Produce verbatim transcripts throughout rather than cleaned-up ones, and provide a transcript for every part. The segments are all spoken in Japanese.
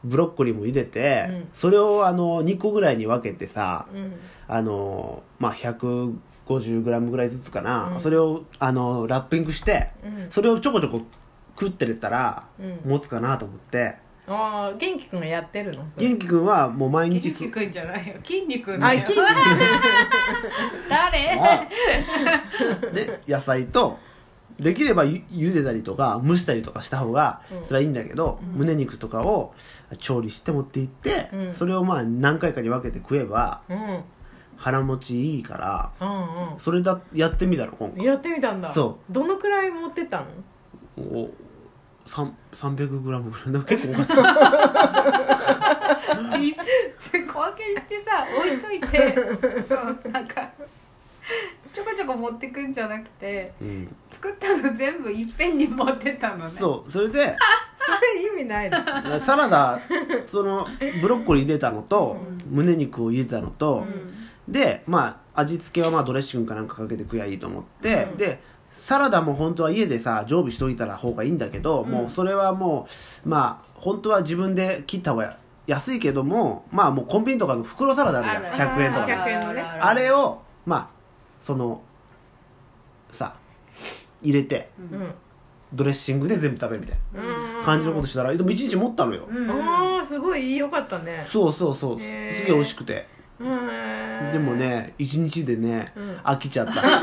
ブロッコリーも茹でて、 うんそれをあのにこぐらいに分けてさ、 うんあのまあひゃくごじゅうグラムぐらいずつかな、 うんそれをあのラッピングしてうんそれをちょこちょこ食ってれたらうん持つかなと思って、 ああ元気くんがやってるのそれ元気くんはもう毎日す筋肉くんじゃないよ筋肉くんあだよ筋肉誰あで野菜とできればゆ茹でたりとか蒸したりとかした方がうんそれはいいんだけど、 うん胸肉とかを調理して持って行って、 うんそれをまあ何回かに分けて食えばうん腹持ちいいからうんそれだやってみたの今回うんやってみたんだそうどのくらい持ってったのおさん さんびゃくグラムぐらいでも結構多かったい小分けしてさ置いといてそうなんかちょこちょこ持ってくんじゃなくてうん、 作ったの全部いっぺんに持ってたのねそうそれでそれ意味ないのサラダそのブロッコリー茹でたのと、 う胸肉を茹でたのと、 うんでまあ味付けはまあドレッシングかなんかかけて食やいいと思って、 うんでサラダも本当は家でさ常備しといたら方がいいんだけど、 うんもうそれはもうまあ本当は自分で切った方が安いけどもまあもうコンビニとかの袋サラダあるじゃんあるひゃくえんとかひゃくえんのねあれをまあそのさ入れてううんんドレッシングで全部食べるみたいうんな感じのことしたらでもいちにち持ったのよ、 うんああすごい良かったねそうそうそうすへーすげえ美味しくてへーでもねいちにちでねうん飽きちゃった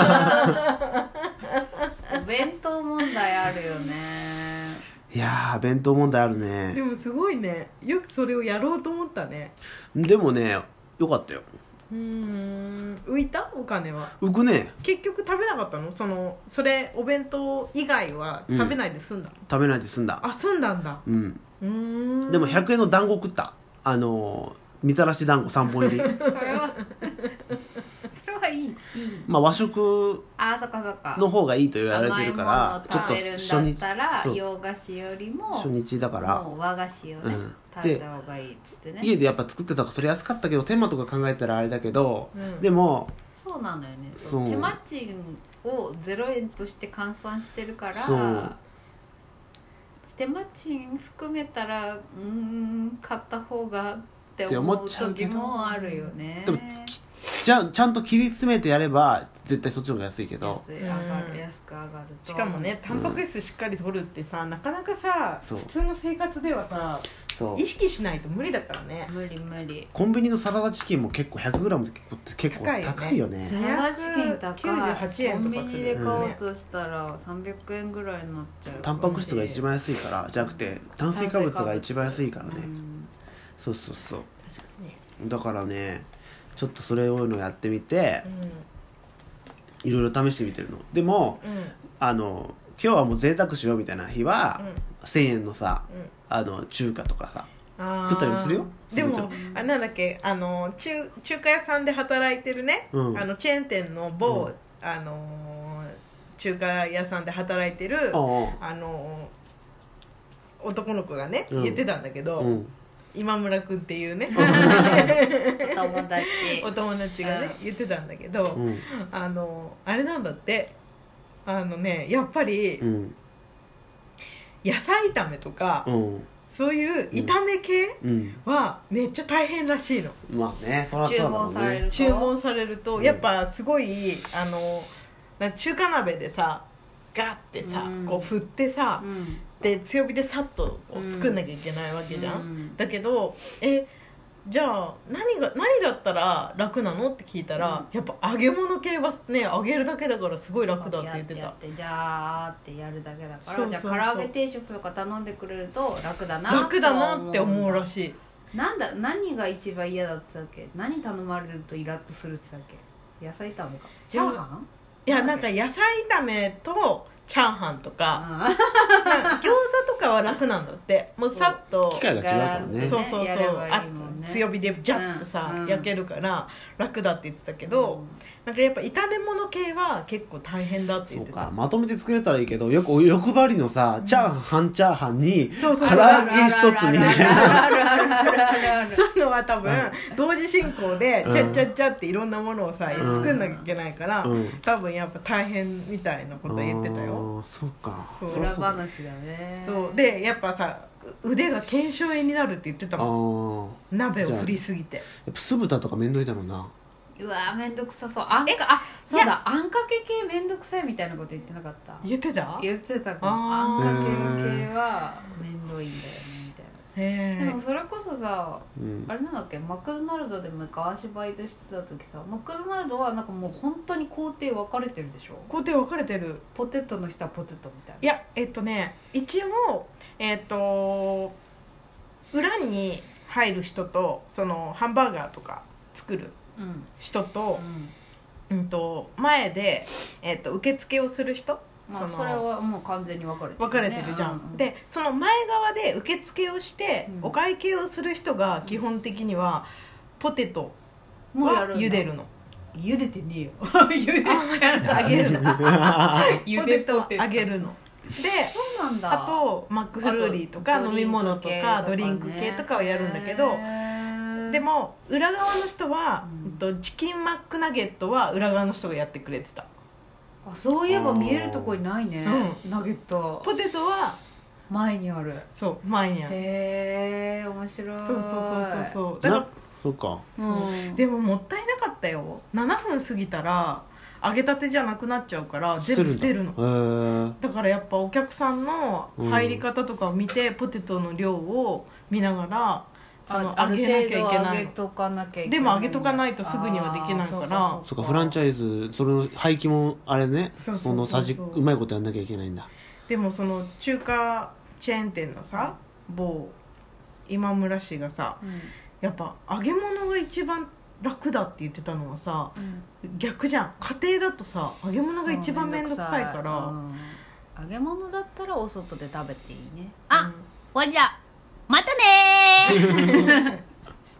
お弁当問題あるよねいやー弁当問題あるでねもすごいねよくそれをやろうと思ったねでもねよかったようーん浮いたお金は浮くね結局食べなかったのそのそれお弁当以外は食べないで済んだの、 食べないで済んだあ済んだんだうんうーんでもひゃくえんの団子食ったあのーみたらし団子さんぼん入りそれはそれはいいいいまあ和食あーそっかそっかの方がいいと言われてるからちょっと甘いものを食べるんだったらそう洋菓子よりも初日だからもう和菓子をね、 うん食べた方がいいっつってね家でやっぱ作ってたからそれ安かったけど手間とか考えたらあれだけど、 うんでもそうなのよねそうそう手間賃をゼロえんとして換算してるからそう手間賃含めたらうーん買った方がってって思う思っちゃうけ時どもあるよねでもきじゃちゃんと切り詰めてやれば絶対そっちの方が安いけど安い上がる、 うん安く上がるとしかもねタンパク質しっかり取るってさ、なかなかさそう普通の生活ではさそう意識しないと無理だからね無理無理コンビニのサラダチキンも結構 ひゃくグラム で結構結構高いよね高いよねサラダチキン高いきゅうじゅうはちえんとかするコンビニで買おうとしたらさんびゃくえんぐらいになっちゃうタンパク質が一番安いからじゃなくて炭水化物が一番安いからね、 うんそうそうそう確かにねだからねちょっとそれをのやってみてういろいろ試してみてるのでもんうんあの今日はもう贅沢しようみたいな日は、 うせんえんのさんうんあの中華とかさあー食ったりもするよでももちろんあなんだっけあの中中華屋さんで働いてるね、 うんあのチェーン店の某、 うんあのー中華屋さんで働いてるああのー男の子がね、 うん言ってたんだけど、 あうん今村君っていうねお友達お友達がね、言ってたんだけど、 うんあのあれなんだってあのねやっぱりうん野菜炒めとか、 うんそういう炒め系うんはめっちゃ大変らしいの、 まあねそりゃそうだもんね注文される注文されると、 うんやっぱすごいあのな中華鍋でさガッてさ、 うんこう振ってさ、 うんで強火でさっとこう作んなきゃいけないわけじゃん、 うんだけどえじゃあ何が何だったら楽なのって聞いたら、 うんやっぱ揚げ物系はね揚げるだけだからすごい楽だって言ってたやってやってじゃあってやるだけだからそうそうそうじゃあ唐揚げ定食とか頼んでくれると楽だな楽だなって思うらいしいなんだ何が一番嫌だって言ってたっけ何頼まれるとイラッとするって言ってたっけ野菜炒めかチャーハンいやなんか野菜炒めとチャーハンとか、 あなんか餃子とかは楽なんだってもうさっと機械が違うからねそうそうそうやればいあいもんね強火でジャッとさ、 うん焼けるから楽だって言ってたけど、なんかやっぱ炒め物系は結構大変だってそう言ってたかまとめて作れたらいいけどよく欲張りのさチャーハン半チャーハンにそうそう唐揚げ一つみたいなあるあるあるあるあるあるそういうのは多分同時進行でうんチャッチャッチャっていろんなものをさうん作んなきゃいけないから、 うん多分やっぱ大変みたいなこと言ってたよ。 あーそうかそうそりゃ裏そうだ話だねそうでやっぱさ腕が腱鞘炎になるって言ってたあもん、 ー鍋を振りすぎて。 やっぱ酢豚とかめんどいだろうな。 うわーめんどくさそう。あんかあそうだあんかけ系めんどくさいみたいなこと言ってなかった？ 言ってた？ 言ってたかも。ああんーかけ系はめんどいんだよねみたいな。 へでもそれこそさ、 うんあれなんだっけ、マクドナルドで昔バイトしてた時さ、マクドナルドはなんかもう本当に工程分かれてるでしょ。 工程分かれてる。 ポテトの人はポテトみたいな。 いやえっとね一応えっと裏に入る人とそのハンバーガーとか作るうん人とう、んうん、と前で、えっと受付をする人、 まあ、 そのそれはもう完全に分かれてる、ね、 分かれてるじゃん、 ううでその前側で受付をして、 うんお会計をする人が基本的にはポテトはもうやるんだ茹でるの。 茹でてねえよ茹でちゃんと揚げるの茹でポテトはポテト揚げるので、 そうなんだ。 あとマックフルーリーとか飲み物とかドリンク系とかはやるんだけど、でも裏側の人は、 うんうんとチキンマックナゲットは裏側の人がやってくれてた。 あそういえば見えるとこにないね、 うナゲットポテトは前にある。 そう前にある。 へえ面白い。 そうそうそうそうそうだからなそっか。 うんでももったいなかったよ。ななふん過ぎたら揚げたてじゃなくなっちゃうから全部捨てるの。 へーだからやっぱお客さんの入り方とかを見て、ポテトの量を見ながらそのあ揚げなきゃいけないの。 ある程度揚げとかなきゃいけない。 でも揚げとかないとすぐにはできないからあーそっかフランチャイズそれの廃棄もあれね、 そうそうそうそうのさじうまいことやんなきゃいけないんだ。 でもその中華チェーン店のさ某今村氏がさうんやっぱ揚げ物が一番楽だって言ってたのはさうん逆じゃん。家庭だとさ揚げ物が一番面倒くさいから、 うん揚げ物だったらお外で食べていいね。あ、 うん終わりだ。またねー